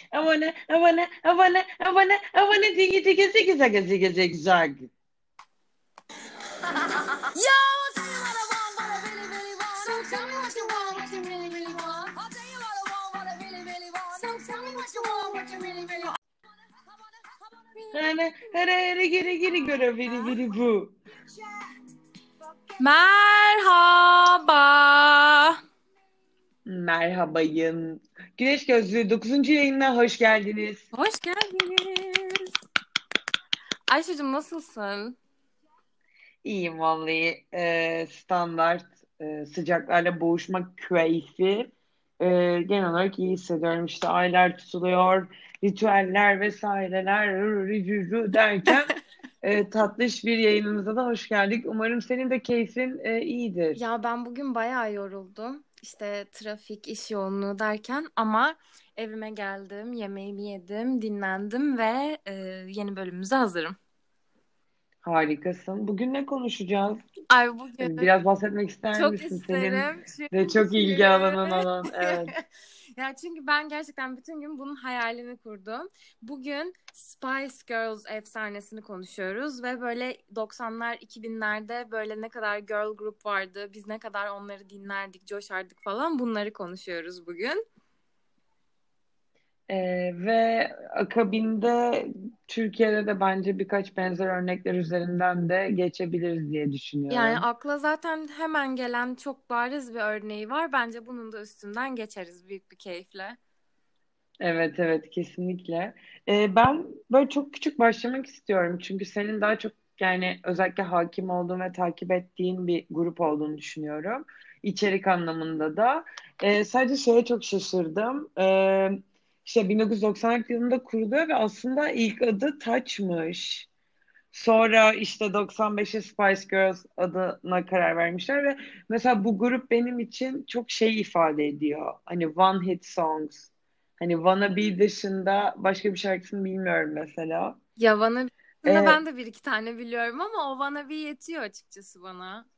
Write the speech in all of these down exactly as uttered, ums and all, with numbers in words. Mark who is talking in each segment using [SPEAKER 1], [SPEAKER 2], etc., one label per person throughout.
[SPEAKER 1] I wanna, I wanna, I wanna, I wanna, I wanna diggy diggy ziggy zaggy ziggy zig zag.
[SPEAKER 2] Yo, I'll tell you what I want, what I really, really want. So tell me what you want, what you really, really want. I'll tell you what I want, what I really, really want. So tell me what you want, what you really, really want.
[SPEAKER 1] Hana, hana, hana, giri giri göre viri viri bu.
[SPEAKER 2] Merhaba.
[SPEAKER 1] Merhabayın. Güneş Gözlüğü dokuzuncu yayınına hoş geldiniz.
[SPEAKER 2] Hoş geldiniz. Ayşe'cim nasılsın?
[SPEAKER 1] İyiyim vallahi. Ee, standart e, sıcaklarla boğuşmak keyfi. Ee, genel olarak iyi hissediyorum. İşte aylar tutuluyor, ritüeller vesaireler rü- rü- rü- rü derken e, tatlış bir yayınımıza da hoş geldik. Umarım senin de keyfin e, iyidir.
[SPEAKER 2] Ya ben bugün bayağı yoruldum. İşte trafik, iş yoğunluğu derken ama evime geldim, yemeğimi yedim, dinlendim ve e, yeni bölümümüze hazırım.
[SPEAKER 1] Harikasın. Bugün ne konuşacağız?
[SPEAKER 2] Ay bugün
[SPEAKER 1] Biraz bahsetmek ister
[SPEAKER 2] çok
[SPEAKER 1] misin? Senin
[SPEAKER 2] isterim
[SPEAKER 1] de çok
[SPEAKER 2] çünkü
[SPEAKER 1] ilgi alanın olan. Evet.
[SPEAKER 2] ya çünkü ben gerçekten bütün gün bunun hayalini kurdum. Bugün Spice Girls efsanesini konuşuyoruz ve böyle doksanlar iki binlerde böyle ne kadar girl group vardı, biz ne kadar onları dinlerdik, coşardık falan bunları konuşuyoruz bugün.
[SPEAKER 1] Ee, ve akabinde Türkiye'de de bence birkaç benzer örnekler üzerinden de geçebiliriz diye
[SPEAKER 2] Yani
[SPEAKER 1] düşünüyorum.
[SPEAKER 2] akla zaten hemen gelen çok bariz bir örneği var. Bence bunun da üstünden geçeriz büyük bir keyifle.
[SPEAKER 1] Evet, evet, kesinlikle. Ee, ben böyle çok küçük başlamak istiyorum. Çünkü senin daha çok yani özellikle hakim olduğun ve takip ettiğin bir grup olduğunu düşünüyorum. İçerik anlamında da. Ee, sadece şeye çok şaşırdım. Ee, işte bin dokuz yüz doksan yılında kuruluyor ve aslında ilk adı Touch'mış. Sonra işte doksan beşe Spice Girls adına karar vermişler ve mesela bu grup benim için çok şey ifade ediyor. Hani one hit songs. Hani Wannabe dışında başka bir şarkısını bilmiyorum mesela.
[SPEAKER 2] Ya Wannabe'sinde ben
[SPEAKER 1] Ee,
[SPEAKER 2] de bir iki tane biliyorum ama o Wannabe yetiyor açıkçası bana.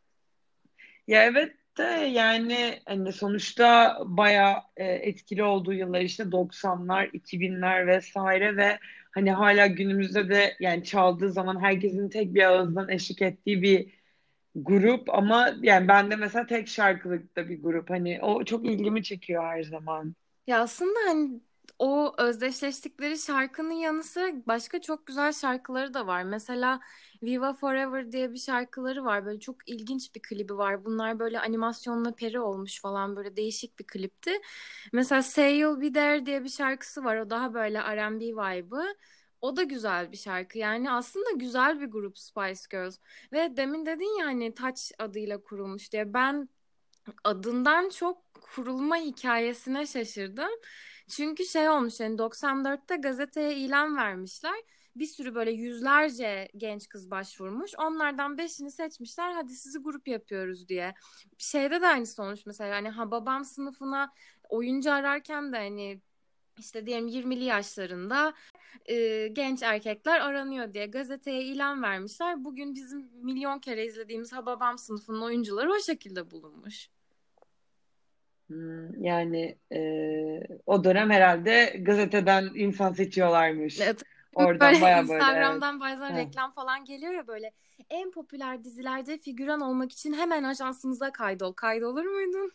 [SPEAKER 1] Ya evet de yani hani sonuçta bayağı e, etkili olduğu yıllar işte doksanlar, iki binler vesaire ve hani hala günümüzde de yani çaldığı zaman herkesin tek bir ağızdan eşlik ettiği bir grup ama yani ben de mesela tek şarkılıkta bir grup hani o çok ilgimi çekiyor her zaman.
[SPEAKER 2] Ya aslında hani o özdeşleştikleri şarkının yanı sıra başka çok güzel şarkıları da var. Mesela Viva Forever diye bir şarkıları var. Böyle çok ilginç bir klibi var. Bunlar böyle animasyonla peri olmuş falan böyle değişik bir klipti. Mesela Say You'll Be There diye bir şarkısı var. O daha böyle R and B vibe'ı. O da güzel bir şarkı. Yani aslında güzel bir grup Spice Girls. Ve demin dedin ya hani Touch adıyla kurulmuş diye. Ben adından çok kurulma hikayesine şaşırdım. Çünkü şey olmuş yani doksan dörtte gazeteye ilan vermişler. Bir sürü böyle yüzlerce genç kız başvurmuş. Onlardan beşini seçmişler. Hadi sizi grup yapıyoruz diye. Şeyde de aynısı olmuş mesela. Hani Hababam sınıfına oyuncu ararken de hani işte diyelim yirmili yaşlarında e, genç erkekler aranıyor diye gazeteye ilan vermişler. Bugün bizim milyon kere izlediğimiz Hababam sınıfının oyuncuları o şekilde bulunmuş.
[SPEAKER 1] Hmm, yani e, o dönem herhalde gazeteden insan seçiyorlarmış.
[SPEAKER 2] Evet.
[SPEAKER 1] Oradan
[SPEAKER 2] Böyle
[SPEAKER 1] baya böyle evet.
[SPEAKER 2] Instagram'dan bazen
[SPEAKER 1] Heh.
[SPEAKER 2] reklam falan geliyor ya böyle en popüler dizilerde figüran olmak için hemen ajansımıza kaydol. Kaydolur muydun?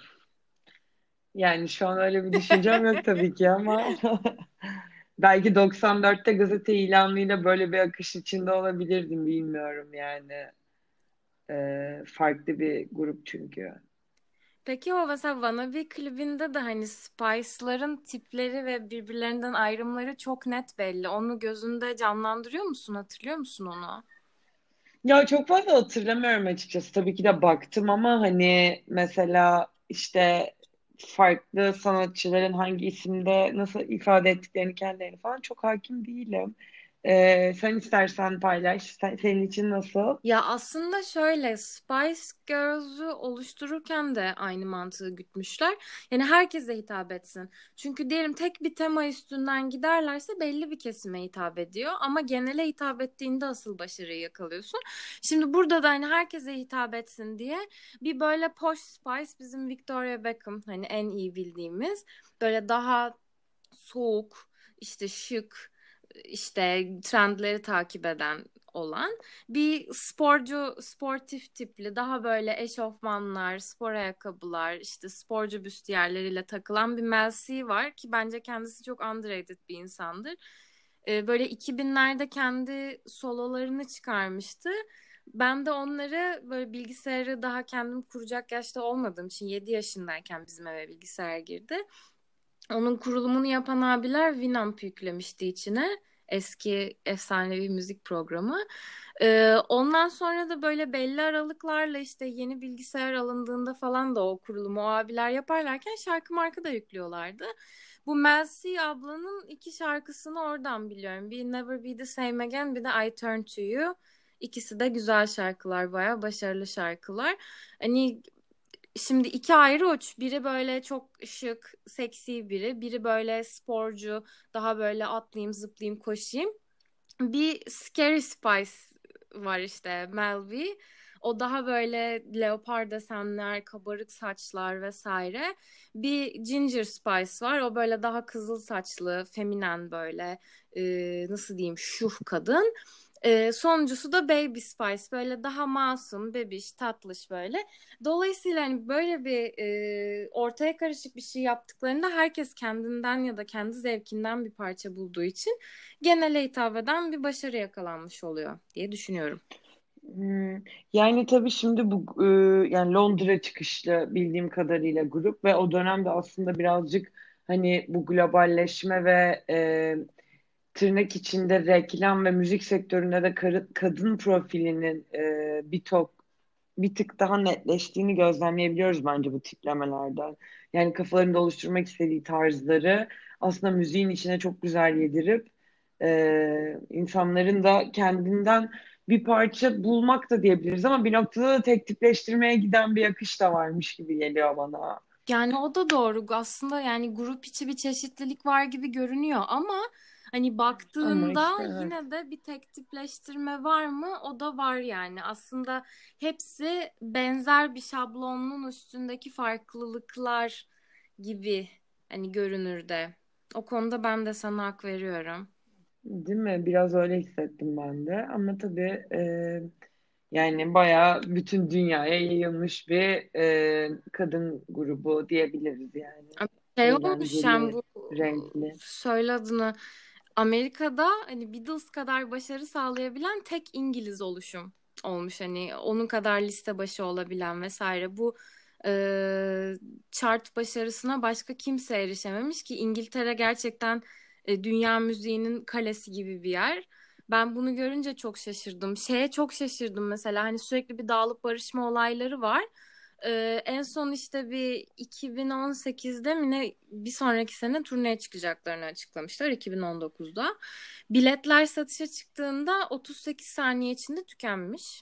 [SPEAKER 1] Yani şu an öyle bir düşüncem yok tabii ki ama belki doksan dörtte gazete ilanıyla böyle bir akış içinde olabilirdim bilmiyorum yani. E, farklı bir grup çünkü.
[SPEAKER 2] Peki o mesela Wannabe klibinde de hani Spice'ların tipleri ve birbirlerinden ayrımları çok net belli. Onu gözünde canlandırıyor musun? Hatırlıyor musun onu?
[SPEAKER 1] Ya çok fazla hatırlamıyorum açıkçası. Tabii ki de baktım ama hani mesela işte farklı sanatçıların hangi isimde nasıl ifade ettiklerini kendilerini falan çok hakim değilim. Ee, sen istersen paylaş. Sen- senin için nasıl?
[SPEAKER 2] Ya aslında şöyle Spice Girls'ü oluştururken de aynı mantığı gütmüşler. Yani herkese hitap etsin. Çünkü diyelim tek bir tema üstünden giderlerse belli bir kesime hitap ediyor. Ama genele hitap ettiğinde asıl başarıyı yakalıyorsun. Şimdi burada da hani herkese hitap etsin diye bir böyle Posh Spice bizim Victoria Beckham hani en iyi bildiğimiz böyle daha soğuk, işte şık, işte trendleri takip eden olan bir sporcu, sportif tipli, daha böyle eşofmanlar, spor ayakkabılar, işte sporcu büstiyerleriyle takılan bir Mel C var ki bence kendisi çok underrated bir insandır. Ee, böyle iki binlerde kendi sololarını çıkarmıştı. Ben de onları böyle bilgisayarı daha kendim kuracak yaşta olmadığım için yedi yaşındayken bizim eve bilgisayar girdi. Onun kurulumunu yapan abiler Winamp yüklemişti içine. Eski efsanevi müzik programı. Ee, ondan sonra da böyle belli aralıklarla işte yeni bilgisayar alındığında falan da o kurulumu o abiler yaparlarken şarkı marka da yüklüyorlardı. Bu Mel C ablanın iki şarkısını oradan biliyorum. Bir Never Be The Same Again, bir de I Turn To You. İkisi de güzel şarkılar, bayağı başarılı şarkılar. Hani şimdi iki ayrı uç. Biri böyle çok şık, seksi biri. Biri böyle sporcu, daha böyle atlayayım, zıplayayım, koşayım. Bir Scary Spice var işte Mel B. O daha böyle leopar desenler, kabarık saçlar vesaire. Bir Ginger Spice var. O böyle daha kızıl saçlı, feminen böyle e, nasıl diyeyim şuh kadın. E, sonuncusu da Baby Spice. Böyle daha masum, bebiş, tatlış böyle. Dolayısıyla hani böyle bir e, ortaya karışık bir şey yaptıklarında herkes kendinden ya da kendi zevkinden bir parça bulduğu için genele hitap eden bir başarı yakalanmış oluyor diye düşünüyorum.
[SPEAKER 1] Hmm, Yani tabii şimdi bu e, yani Londra çıkışlı bildiğim kadarıyla grup ve o dönemde aslında birazcık hani bu globalleşme ve e, tırnak içinde reklam ve müzik sektöründe de karı- kadın profilinin e, bir tok bir tık daha netleştiğini gözlemleyebiliyoruz bence bu tiplemelerden. Yani kafalarında oluşturmak istediği tarzları aslında müziğin içine çok güzel yedirip e, insanların da kendinden bir parça bulmak da diyebiliriz ama bir noktada da tek tipleştirmeye giden bir akış da varmış gibi geliyor bana.
[SPEAKER 2] Yani o da doğru. Aslında yani grup içi bir çeşitlilik var gibi görünüyor ama hani
[SPEAKER 1] Ama
[SPEAKER 2] baktığında
[SPEAKER 1] işte evet.
[SPEAKER 2] yine de bir tek tipleştirme var mı? O da var yani. Aslında hepsi benzer bir şablonun üstündeki farklılıklar gibi hani görünürde. O konuda ben de sana hak veriyorum.
[SPEAKER 1] Değil mi? Biraz öyle hissettim ben de. Ama tabii e, yani bayağı bütün dünyaya yayılmış bir e, kadın grubu diyebiliriz yani.
[SPEAKER 2] Şey olmuş yani
[SPEAKER 1] Eğlenceli,
[SPEAKER 2] bu
[SPEAKER 1] renkli.
[SPEAKER 2] söyle adını Amerika'da hani Beatles kadar başarı sağlayabilen tek İngiliz oluşum olmuş hani onun kadar liste başı olabilen vesaire bu e, chart başarısına başka kimse erişememiş ki İngiltere gerçekten e, dünya müziğinin kalesi gibi bir yer. Ben bunu görünce çok şaşırdım. Şeye çok şaşırdım mesela hani sürekli bir dağılıp barışma olayları var. Ee, en son işte bir iki bin on sekizde mi ne bir sonraki sene turneye çıkacaklarını açıklamışlar iki bin on dokuzda. Biletler satışa çıktığında otuz sekiz saniye içinde tükenmiş.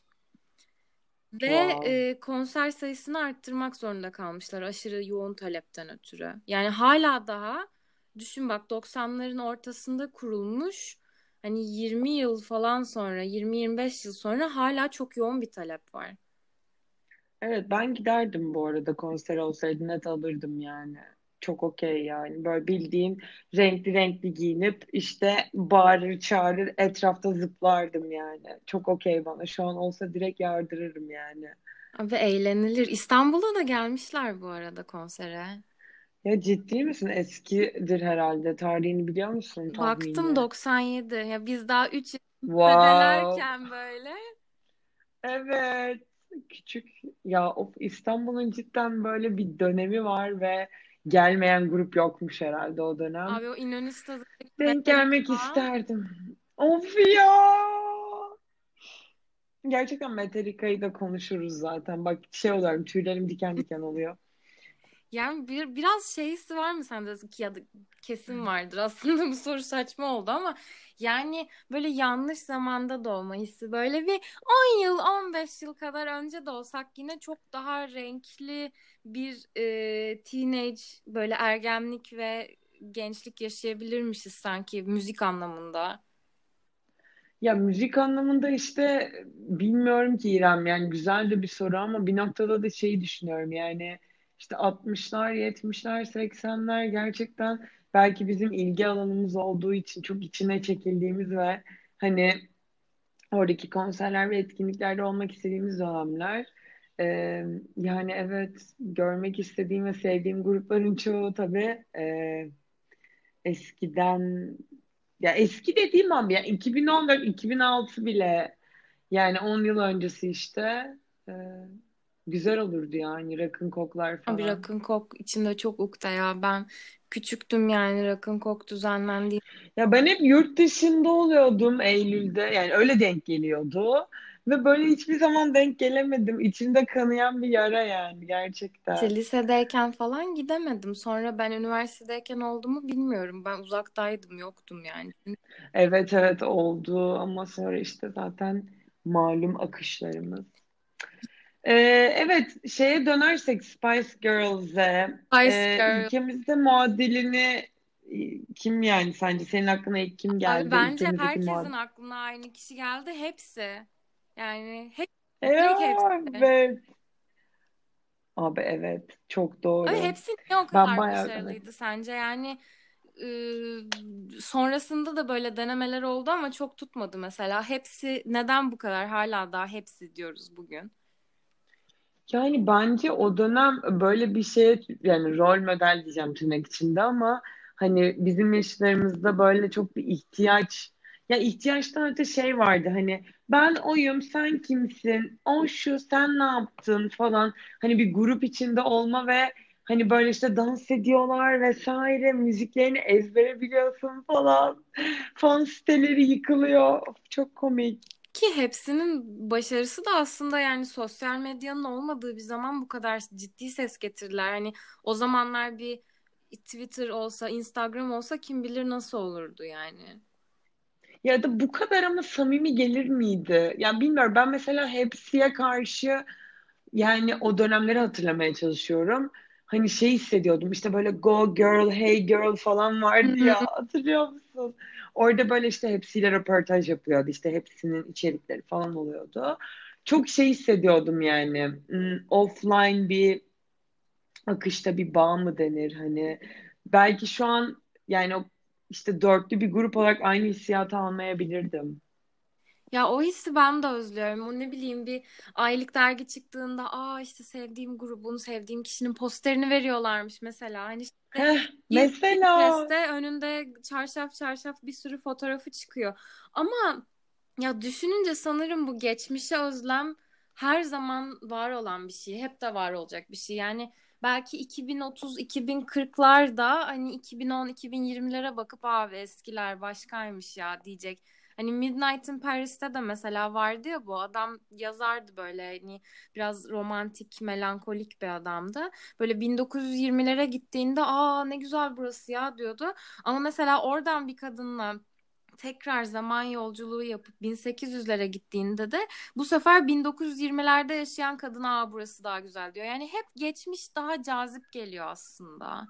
[SPEAKER 2] Ve
[SPEAKER 1] Wow.
[SPEAKER 2] e, konser sayısını arttırmak zorunda kalmışlar aşırı yoğun talepten ötürü. Yani hala daha düşün bak doksanların ortasında kurulmuş. Hani yirmi yıl falan sonra yirmi yirmi beş yıl sonra hala çok yoğun bir talep var.
[SPEAKER 1] Evet, ben giderdim bu arada, konser olsaydı net alırdım yani. Çok okey yani. Böyle bildiğin renkli renkli giyinip işte bağırır çağırır etrafta zıplardım yani. Çok okey bana. Şu an olsa direkt yardırırım yani.
[SPEAKER 2] Ve eğlenilir. İstanbul'a da gelmişler bu arada konsere.
[SPEAKER 1] Ya ciddi misin? Eskidir herhalde. Tarihini biliyor musun
[SPEAKER 2] Baktım
[SPEAKER 1] tahmini?
[SPEAKER 2] doksan yedi. Ya biz daha üç
[SPEAKER 1] Wow.
[SPEAKER 2] yaşındalarken böyle.
[SPEAKER 1] Evet. Küçük. Ya of, İstanbul'un cidden böyle bir dönemi var ve gelmeyen grup yokmuş herhalde o dönem.
[SPEAKER 2] Abi o İnönü Stadı'ndaki
[SPEAKER 1] Denk
[SPEAKER 2] Metallica.
[SPEAKER 1] gelmek isterdim. Of ya. Gerçekten Metallica'yı da konuşuruz zaten. Bak şey oluyorum, tüylerim diken diken oluyor.
[SPEAKER 2] Yani bir, biraz şeysi var mı sende ki ya da kesin vardır aslında bu soru saçma oldu ama yani böyle yanlış zamanda doğma hissi böyle bir on yıl on beş yıl kadar önce de olsak yine çok daha renkli bir e, teenage böyle ergenlik ve gençlik yaşayabilirmişiz sanki müzik anlamında.
[SPEAKER 1] Ya müzik anlamında işte bilmiyorum ki İrem, yani güzel de bir soru ama bir noktada da şeyi düşünüyorum yani işte altmışlar, yetmişler, seksenler gerçekten belki bizim ilgi alanımız olduğu için çok içine çekildiğimiz ve hani oradaki konserler ve etkinliklerde olmak istediğimiz dönemler. Ee, Yani evet, görmek istediğim ve sevdiğim grupların çoğu tabii e, eskiden, ya eski dediğim an ya iki bin on dört iki bin altı bile, yani on yıl öncesi işte. Ee, Güzel olurdu yani, rakın koklar
[SPEAKER 2] Bir
[SPEAKER 1] falan.
[SPEAKER 2] Rock'n'Coke içimde çok ukde ya. Ben küçüktüm yani Rock'n'Coke düzenlendiği.
[SPEAKER 1] Ya ben hep yurt dışında oluyordum Eylül'de. Yani öyle denk geliyordu. Ve böyle hiçbir zaman denk gelemedim. İçimde kanayan bir yara yani,
[SPEAKER 2] İşte
[SPEAKER 1] gerçekten.
[SPEAKER 2] lisedeyken falan gidemedim. Sonra ben üniversitedeyken oldu mu bilmiyorum. Ben uzaktaydım, yoktum yani.
[SPEAKER 1] Evet evet oldu ama sonra işte zaten malum akışlarımız. Ee, evet, şeye dönersek Spice Girls'e,
[SPEAKER 2] Spice
[SPEAKER 1] e,
[SPEAKER 2] Girl.
[SPEAKER 1] ülkemizde muadilini e, kim yani, sence senin aklına ilk kim
[SPEAKER 2] Abi
[SPEAKER 1] geldi
[SPEAKER 2] bence
[SPEAKER 1] ülkemizdeki
[SPEAKER 2] herkesin
[SPEAKER 1] muadil?
[SPEAKER 2] aklına aynı kişi geldi. Hepsi. Yani hep direkt hepsi.
[SPEAKER 1] Evet. Abi evet, çok
[SPEAKER 2] Ama
[SPEAKER 1] doğru.
[SPEAKER 2] hepsi niye o
[SPEAKER 1] Ben
[SPEAKER 2] kadar
[SPEAKER 1] bayağı evet.
[SPEAKER 2] başarılıydı sence? Yani e, sonrasında da böyle denemeler oldu ama çok tutmadı mesela. Hepsi neden bu kadar hala daha hepsi diyoruz bugün?
[SPEAKER 1] Yani bence o dönem böyle bir şeye, yani rol model diyeceğim tırnak içinde, ama hani bizim yaşlarımızda böyle çok bir ihtiyaç, ya ihtiyaçtan öte şey vardı, hani ben oyum, sen kimsin, o şu, sen ne yaptın falan, hani bir grup içinde olma ve hani böyle işte dans ediyorlar vesaire, müziklerini ezbere biliyorsun falan, fan siteleri yıkılıyor. Of, çok komik.
[SPEAKER 2] Ki hepsinin başarısı da aslında yani sosyal medyanın olmadığı bir zaman bu kadar ciddi ses getirdiler. Yani o zamanlar bir Twitter olsa, Instagram olsa kim bilir nasıl olurdu yani.
[SPEAKER 1] Ya da bu kadar ama samimi gelir miydi? Ya bilmiyorum, ben mesela Hepsi'ye karşı, yani o dönemleri hatırlamaya çalışıyorum. Hani şey hissediyordum işte, böyle Go Girl, Hey Girl falan
[SPEAKER 2] Hı
[SPEAKER 1] vardı
[SPEAKER 2] hı.
[SPEAKER 1] ya, hatırlıyor musun? Orada böyle işte Hepsi'yle röportaj yapıyordu, işte Hepsi'nin içerikleri falan oluyordu. Çok şey hissediyordum yani. Hmm, offline bir akışta bir bağ mı denir hani, belki şu an yani o işte dörtlü bir grup olarak aynı hissiyatı almayabilirdim.
[SPEAKER 2] Ya o hissi ben de özlüyorum. O ne bileyim bir aylık dergi çıktığında aa işte sevdiğim grubun, sevdiğim kişinin posterini veriyorlarmış mesela. Hani işte
[SPEAKER 1] Heh,
[SPEAKER 2] bir
[SPEAKER 1] mesela
[SPEAKER 2] Pinterest'te önünde çarşaf çarşaf bir sürü fotoğrafı çıkıyor. Ama ya düşününce sanırım bu geçmişe özlem her zaman var olan bir şey. Hep de var olacak bir şey. Yani belki iki bin otuz, iki bin kırklarda hani iki bin on, iki bin yirmilere bakıp abi eskiler başkaymış ya diyecek. Hani Midnight in Paris'te de mesela vardı ya, bu adam yazardı böyle, hani biraz romantik, melankolik bir adamdı. Böyle bin dokuz yüz yirmilere gittiğinde aa ne güzel burası ya diyordu. Ama mesela oradan bir kadınla tekrar zaman yolculuğu yapıp bin sekiz yüzlere gittiğinde de bu sefer bin dokuz yüz yirmilerde yaşayan kadına aa burası daha güzel diyor. Yani hep geçmiş daha cazip geliyor aslında.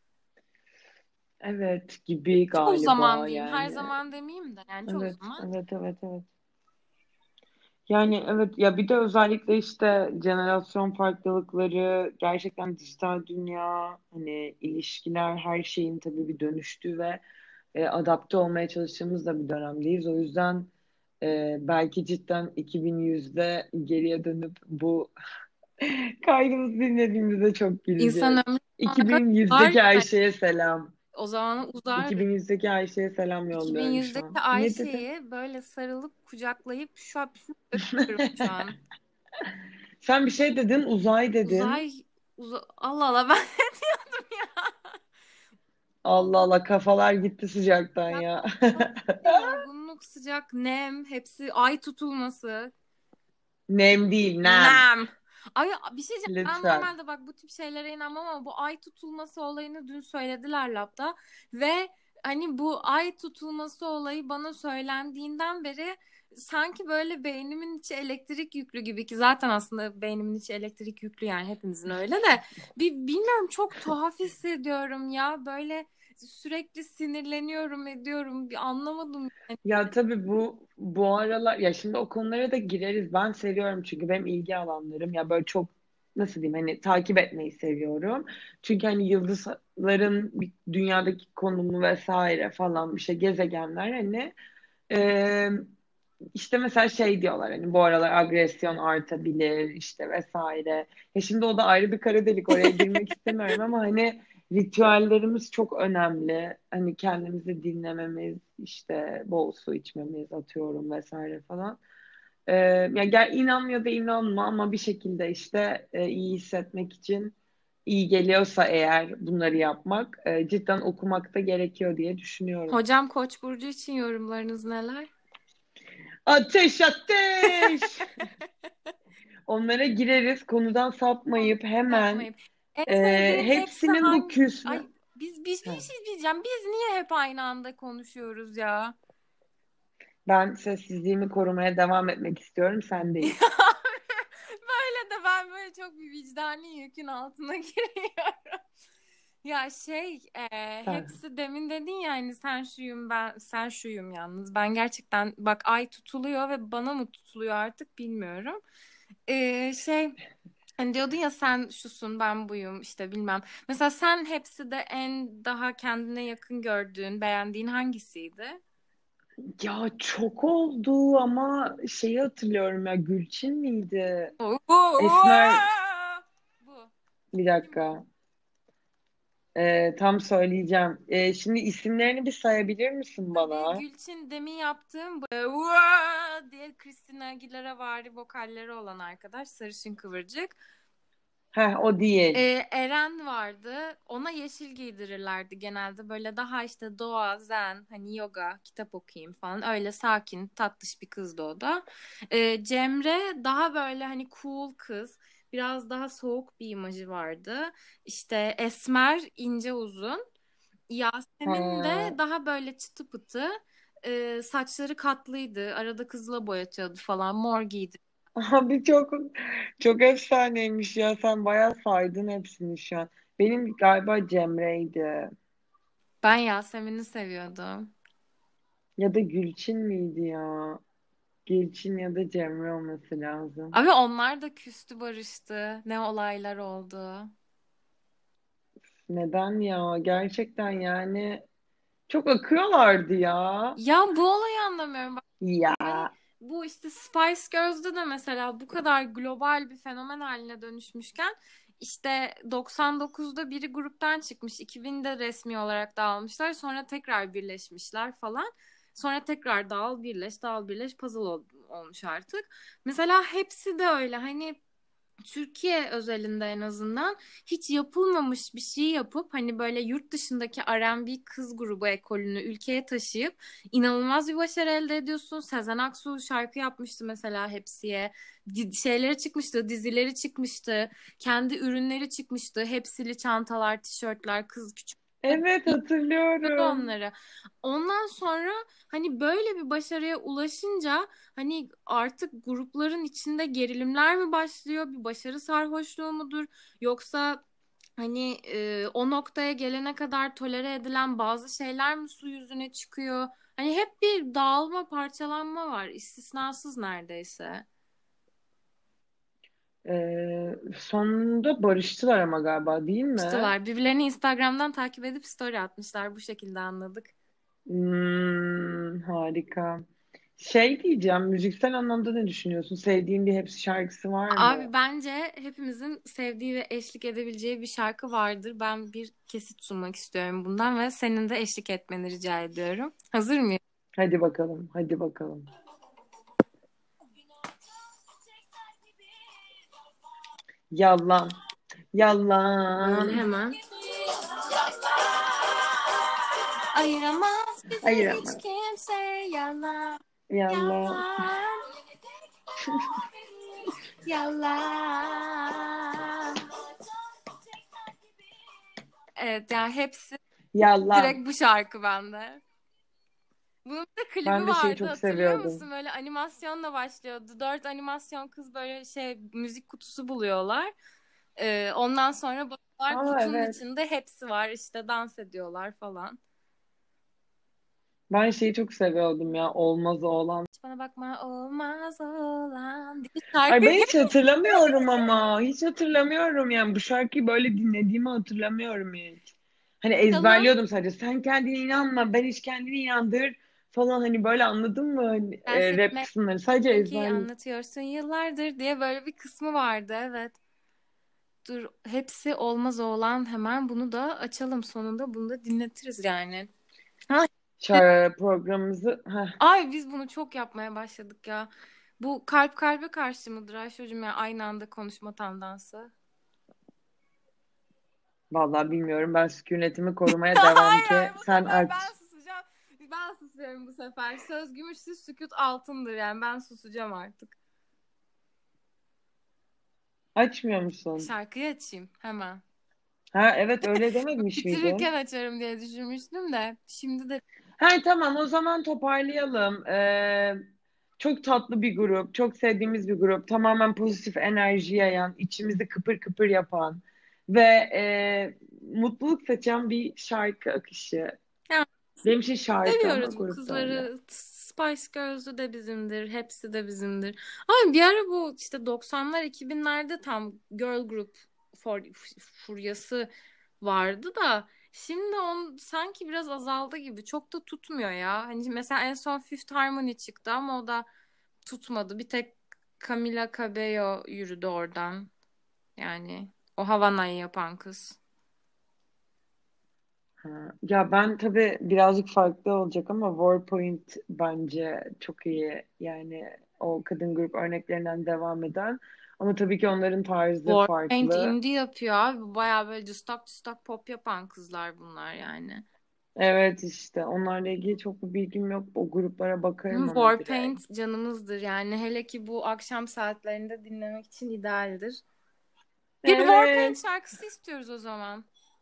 [SPEAKER 1] evet gibi
[SPEAKER 2] Çoğu zaman
[SPEAKER 1] galiba
[SPEAKER 2] diyeyim, her
[SPEAKER 1] yani.
[SPEAKER 2] zaman demeyeyim de yani çoğu
[SPEAKER 1] Evet
[SPEAKER 2] zaman.
[SPEAKER 1] evet evet evet. Yani evet ya, bir de özellikle işte jenerasyon farklılıkları, gerçekten dijital dünya, hani ilişkiler, her şeyin tabii bir dönüştüğü ve e, adapte olmaya çalıştığımız da bir dönemdeyiz. O yüzden e, belki cidden iki bin yüzde geriye dönüp bu kaydımızı dinlediğimizde çok
[SPEAKER 2] İnsan
[SPEAKER 1] güleceğiz.
[SPEAKER 2] ömrü sonuna kadar var
[SPEAKER 1] iki bin yüzdeki
[SPEAKER 2] yani.
[SPEAKER 1] Ayşe'ye selam.
[SPEAKER 2] O zaman uzar.
[SPEAKER 1] iki bin yüzdeki Ayşe'ye selam yolluyorum şu
[SPEAKER 2] iki bin yüzdeki
[SPEAKER 1] an. Ne dedim?
[SPEAKER 2] Ayşe'yi böyle sarılıp kucaklayıp şu an öpüyorum şu an.
[SPEAKER 1] Sen bir şey dedin, uzay dedin.
[SPEAKER 2] Uzay, uza- Allah Allah ben ne diyordum ya?
[SPEAKER 1] Allah
[SPEAKER 2] Allah,
[SPEAKER 1] Allah, kafalar gitti sıcaktan
[SPEAKER 2] ya
[SPEAKER 1] ya.
[SPEAKER 2] yorgunluk, sıcak, nem, hepsi ay tutulması.
[SPEAKER 1] Nem değil, nem.
[SPEAKER 2] Nem. Ay bir şey diyeceğim. Ben
[SPEAKER 1] Lütfen.
[SPEAKER 2] normalde bak bu tip şeylere inanmam ama bu ay tutulması olayını dün söylediler labda ve hani bu ay tutulması olayı bana söylendiğinden beri sanki böyle beynimin içi elektrik yüklü gibi, ki zaten aslında beynimin içi elektrik yüklü yani hepimizin öyle de bir bilmiyorum, çok tuhaf hissediyorum ya, böyle sürekli sinirleniyorum ediyorum, bir anlamadım.
[SPEAKER 1] Ya tabii bu bu aralar, ya şimdi o konulara da gireriz. Ben seviyorum çünkü benim ilgi alanlarım, ya böyle çok, nasıl diyeyim, hani takip etmeyi seviyorum. Çünkü hani yıldız bir dünyadaki konumu vesaire falan bir şey gezegenler hani e, işte mesela şey diyorlar hani bu aralar agresyon artabilir işte vesaire. Ya şimdi o da ayrı bir kara delik, oraya girmek istemiyorum ama hani ritüellerimiz çok önemli. Hani kendimizi dinlememiz, işte bol su içmemiz atıyorum vesaire falan. Ee, ya gel inan ya da inanma ama bir şekilde işte e, iyi hissetmek için iyi geliyorsa eğer bunları yapmak e, cidden okumak da gerekiyor diye düşünüyorum.
[SPEAKER 2] Hocam Koç burcu için yorumlarınız neler?
[SPEAKER 1] Ateş ateş! Onlara gireriz. Konudan sapmayıp hemen
[SPEAKER 2] Yapmayayım. En
[SPEAKER 1] e,
[SPEAKER 2] sevdiğin hepsi
[SPEAKER 1] hepsinin bu
[SPEAKER 2] hangi?
[SPEAKER 1] küsme...
[SPEAKER 2] Ay biz biz bir
[SPEAKER 1] Heh.
[SPEAKER 2] şey diyeceğim. Biz niye hep aynı anda konuşuyoruz ya?
[SPEAKER 1] Ben sessizliğimi korumaya devam etmek istiyorum. Sendeyiz.
[SPEAKER 2] Böyle de ben böyle çok bir vicdani yükün altına giriyorum. Ya şey e,
[SPEAKER 1] Sen.
[SPEAKER 2] hepsi demin dedin ya hani sen şuyum ben sen şuyum yalnız. Ben gerçekten bak ay tutuluyor ve bana mı tutuluyor artık bilmiyorum. E, şey hani diyordun ya sen şusun ben buyum işte bilmem. Mesela sen hepsi de en daha kendine yakın gördüğün beğendiğin hangisiydi?
[SPEAKER 1] Ya çok oldu ama şeyi hatırlıyorum ya, Gülçin miydi?
[SPEAKER 2] Bu. Bu.
[SPEAKER 1] Esmer,
[SPEAKER 2] Bu.
[SPEAKER 1] bir
[SPEAKER 2] Kim bu?
[SPEAKER 1] dakika. Ee, tam söyleyeceğim. Ee, şimdi isimlerini bir sayabilir misin
[SPEAKER 2] Tabii
[SPEAKER 1] bana?
[SPEAKER 2] Gülçin demin yaptığım bu "Vaa!" diye Christina Aguilera vari vokalleri olan arkadaş sarışın kıvırcık.
[SPEAKER 1] Heh, o değil.
[SPEAKER 2] Ee, Eren vardı. Ona yeşil giydirirlerdi genelde. Böyle daha işte doğa, zen, hani yoga, kitap okuyayım falan. Öyle sakin, tatlış bir kızdı o da. Ee, Cemre daha böyle hani cool kız. Biraz daha soğuk bir imajı vardı. İşte esmer, ince uzun. Yasemin de
[SPEAKER 1] Ha.
[SPEAKER 2] daha böyle çıtı pıtı. Ee, saçları katlıydı. Arada kızıla boyatıyordu falan. Mor giydi.
[SPEAKER 1] Abi çok çok efsaneymiş ya. Sen bayağı saydın hepsini şu an. Benim galiba Cemre'ydi.
[SPEAKER 2] Ben Yasemin'i seviyordum.
[SPEAKER 1] Ya da Gülçin miydi ya? Gülçin ya da Cemre olması lazım.
[SPEAKER 2] Abi onlar da küstü barıştı. Ne olaylar oldu.
[SPEAKER 1] Neden ya? Gerçekten yani çok akıyorlardı ya.
[SPEAKER 2] Ya bu olayı anlamıyorum. Bak,
[SPEAKER 1] Ya.
[SPEAKER 2] hani bu işte Spice Girls'da da mesela bu kadar global bir fenomen haline dönüşmüşken işte doksan dokuzda biri gruptan çıkmış. iki binde resmi olarak dağılmışlar. Sonra tekrar birleşmişler falan. Sonra tekrar dağıl birleş dağıl birleş puzzle ol- olmuş artık. Mesela hepsi de öyle. Hani Türkiye özelinde en azından hiç yapılmamış bir şey yapıp hani böyle yurt dışındaki R and B kız grubu ekolünü ülkeye taşıyıp inanılmaz bir başarı elde ediyorsun. Sezen Aksu şarkı yapmıştı mesela hepsiye. Di- Şeyleri çıkmıştı, dizileri çıkmıştı, kendi ürünleri çıkmıştı. Hepsili çantalar, tişörtler, kız küçük
[SPEAKER 1] Evet,
[SPEAKER 2] yapıyordu
[SPEAKER 1] hatırlıyorum.
[SPEAKER 2] onları. Ondan sonra hani böyle bir başarıya ulaşınca hani artık grupların içinde gerilimler mi başlıyor? Bir başarı sarhoşluğu mudur? Yoksa hani e, o noktaya gelene kadar tolere edilen bazı şeyler mi su yüzüne çıkıyor? Hani hep bir dağılma, parçalanma var, istisnasız neredeyse.
[SPEAKER 1] Ee, sonunda barıştılar ama galiba, değil mi?
[SPEAKER 2] İşteler birbirlerini Instagram'dan takip edip story atmışlar bu şekilde anladık.
[SPEAKER 1] Hmm, harika. Şey diyeceğim, müziksel anlamda ne düşünüyorsun? Sevdiğin bir Hepsi şarkısı var mı?
[SPEAKER 2] Abi bence hepimizin sevdiği ve eşlik edebileceği bir şarkı vardır. Ben bir kesit sunmak istiyorum bundan ve senin de eşlik etmeni rica ediyorum. Hazır mıyım?
[SPEAKER 1] Hadi bakalım, hadi bakalım. Yalan,
[SPEAKER 2] Böyle
[SPEAKER 1] yalan.
[SPEAKER 2] hemen. Ayıramaz bizi
[SPEAKER 1] Hayır
[SPEAKER 2] hiç
[SPEAKER 1] ama.
[SPEAKER 2] kimse yalan.
[SPEAKER 1] Yalan.
[SPEAKER 2] Yalan. Yalan. Evet yani hepsi
[SPEAKER 1] Yalan.
[SPEAKER 2] direkt bu şarkı bende. Bunun da klibi
[SPEAKER 1] Ben de şeyi
[SPEAKER 2] vardı
[SPEAKER 1] çok
[SPEAKER 2] hatırlıyor musun?
[SPEAKER 1] seviyordum.
[SPEAKER 2] Böyle animasyonla başlıyordu. Dört animasyon kız böyle şey müzik kutusu buluyorlar. Ee, ondan sonra bakıyorlar
[SPEAKER 1] Aa,
[SPEAKER 2] kutunun
[SPEAKER 1] evet.
[SPEAKER 2] içinde hepsi var işte dans ediyorlar falan.
[SPEAKER 1] Ben şeyi çok seviyordum ya. Olmaz oğlan.
[SPEAKER 2] Hiç bana bakma olmaz olan diye
[SPEAKER 1] Ay,
[SPEAKER 2] şarkı.
[SPEAKER 1] ben hiç hatırlamıyorum ama. Hiç hatırlamıyorum yani. Bu şarkıyı böyle dinlediğimi hatırlamıyorum hiç. Hani
[SPEAKER 2] Bakalım.
[SPEAKER 1] ezberliyordum sadece. Sen kendine inanma, ben hiç kendini inandır falan, hani böyle, anladın mı? Hani,
[SPEAKER 2] Ben
[SPEAKER 1] e, rap
[SPEAKER 2] sevmek
[SPEAKER 1] kısımları sadece
[SPEAKER 2] ki
[SPEAKER 1] ezber.
[SPEAKER 2] anlatıyorsun yıllardır diye böyle bir kısmı vardı, evet. Dur, hepsi olmaz oğlan, hemen bunu da açalım, sonunda bunu da dinletiriz yani. Ha,
[SPEAKER 1] Şarkı programımızı. Heh,
[SPEAKER 2] ay biz bunu çok yapmaya başladık ya. Bu kalp kalbe karşı mıdır Ayşe'cim ya, aynı anda konuşma tam dansı?
[SPEAKER 1] vallahi bilmiyorum. Ben sükunetimi korumaya devam
[SPEAKER 2] Hayır hayır,
[SPEAKER 1] ki.
[SPEAKER 2] bu
[SPEAKER 1] Sen
[SPEAKER 2] sefer ben
[SPEAKER 1] aç.
[SPEAKER 2] susacağım. Ben susuyorum bu sefer. Söz gümüşsüz, sükut altındır, yani ben susacağım artık.
[SPEAKER 1] Açmıyor musun?
[SPEAKER 2] Şarkıyı açayım hemen.
[SPEAKER 1] Ha evet, öyle dememiş
[SPEAKER 2] Bitirirken
[SPEAKER 1] miydin?
[SPEAKER 2] açarım diye düşünmüştüm de. Şimdi de
[SPEAKER 1] Ha tamam, o zaman toparlayalım. Ee, çok tatlı bir grup. Çok sevdiğimiz bir grup. Tamamen pozitif enerji yayan, içimizi kıpır kıpır yapan ve e, mutluluk saçan bir şarkı akışı.
[SPEAKER 2] yani
[SPEAKER 1] Benim için şarkı ama
[SPEAKER 2] seviyoruz bu
[SPEAKER 1] grup da öyle.
[SPEAKER 2] kızları. Spice Girls'ü de bizimdir. Hepsi de bizimdir. Ama bir ara bu işte doksanlar iki binlerde tam girl group for, furyası vardı da şimdi on sanki biraz azaldı gibi. Çok da tutmuyor ya. Hani mesela en son Fifth Harmony çıktı ama o da tutmadı. Bir tek Camila Cabello yürüdü oradan. Yani o Havana'yı yapan kız.
[SPEAKER 1] Ha. Ya ben tabii birazcık farklı olacak ama Warpoint bence çok iyi. Yani o kadın grup örneklerinden devam eden. Ama tabii ki onların tarzı
[SPEAKER 2] Warpaint
[SPEAKER 1] farklı.
[SPEAKER 2] indie yapıyor abi. Baya böyle cıstak cıstak pop yapan kızlar bunlar yani.
[SPEAKER 1] Evet, işte onlarla ilgili çok bir bilgim yok. O gruplara
[SPEAKER 2] Hı,
[SPEAKER 1] bakarım ama direkt.
[SPEAKER 2] Warpaint canımızdır yani. Hele ki bu akşam saatlerinde dinlemek için idealdir. Bir Warpaint
[SPEAKER 1] Evet.
[SPEAKER 2] şarkısı istiyoruz o zaman.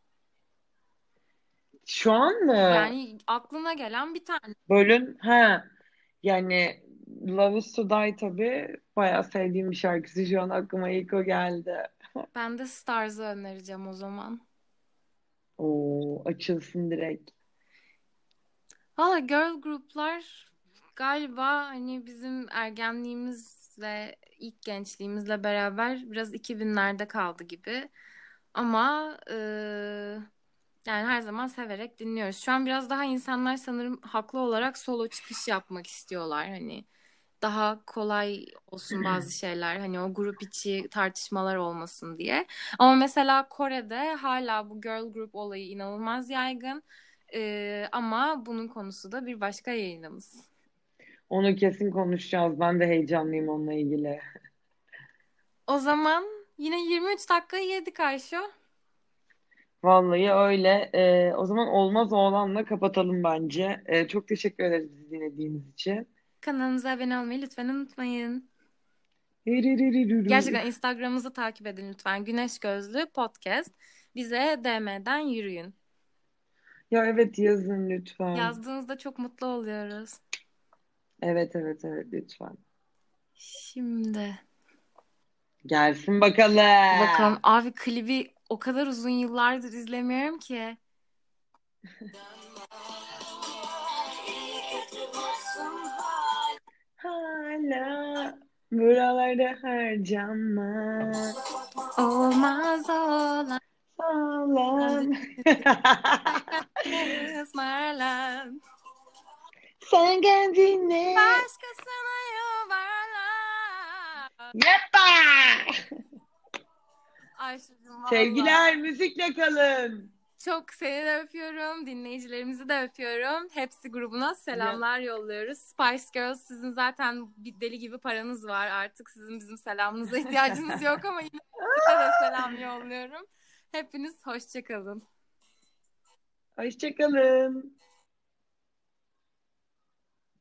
[SPEAKER 1] Şu an mı?
[SPEAKER 2] Yani aklına gelen bir tane.
[SPEAKER 1] Bölün. Ha. Yani Love is to Die tabii. Bayağı sevdiğim bir şarkısı. Şu an aklıma ilk o geldi.
[SPEAKER 2] Ben de Stars'ı önereceğim o zaman.
[SPEAKER 1] Oo, açılsın direkt.
[SPEAKER 2] Valla girl gruplar galiba hani bizim ergenliğimizle ilk gençliğimizle beraber biraz iki binlerde kaldı gibi. Ama e, yani her zaman severek dinliyoruz. Şu an biraz daha insanlar sanırım haklı olarak solo çıkış yapmak istiyorlar. Hani daha kolay olsun bazı şeyler. Hani o grup içi tartışmalar olmasın diye. Ama mesela Kore'de hala bu girl group olayı inanılmaz yaygın. Ee, ama bunun konusu da bir başka yayınımız.
[SPEAKER 1] Onu kesin konuşacağız. Ben de heyecanlıyım onunla ilgili.
[SPEAKER 2] O zaman yine yirmi üç dakikayı yedik Ayşe.
[SPEAKER 1] Vallahi öyle. Ee, o zaman olmaz oğlanla kapatalım bence. Ee, çok teşekkür ederiz bizi dinlediğiniz için.
[SPEAKER 2] Kanalımıza abone olmayı lütfen unutmayın.
[SPEAKER 1] Riririririri.
[SPEAKER 2] Gerçekten Instagram'ımızı takip edin lütfen. Güneş Gözlü Podcast. Bize D M'den yürüyün.
[SPEAKER 1] Ya evet, yazın lütfen.
[SPEAKER 2] Yazdığınızda çok mutlu oluyoruz.
[SPEAKER 1] Evet evet evet, lütfen.
[SPEAKER 2] Şimdi
[SPEAKER 1] Gelsin
[SPEAKER 2] bakalım
[SPEAKER 1] bakalım.
[SPEAKER 2] abi, klibi o kadar uzun yıllardır izlemiyorum ki.
[SPEAKER 1] Hala buralarda harcanma.
[SPEAKER 2] Olmaz olan
[SPEAKER 1] Sağlam.
[SPEAKER 2] ısmarlan.
[SPEAKER 1] Sen kendine.
[SPEAKER 2] Başkasına yuvarlan.
[SPEAKER 1] Yapma.
[SPEAKER 2] Ayşe'cim
[SPEAKER 1] Sevgiler,
[SPEAKER 2] valla.
[SPEAKER 1] müzikle kalın.
[SPEAKER 2] Çok seni de öpüyorum. Dinleyicilerimizi de öpüyorum. Hepsi grubuna
[SPEAKER 1] Ya,
[SPEAKER 2] selamlar yolluyoruz. Spice Girls, sizin zaten bir deli gibi paranız var. Artık sizin bizim selamınıza ihtiyacınız yok ama yine size de selam yolluyorum. Hepiniz hoşça kalın.
[SPEAKER 1] hoşça kalın.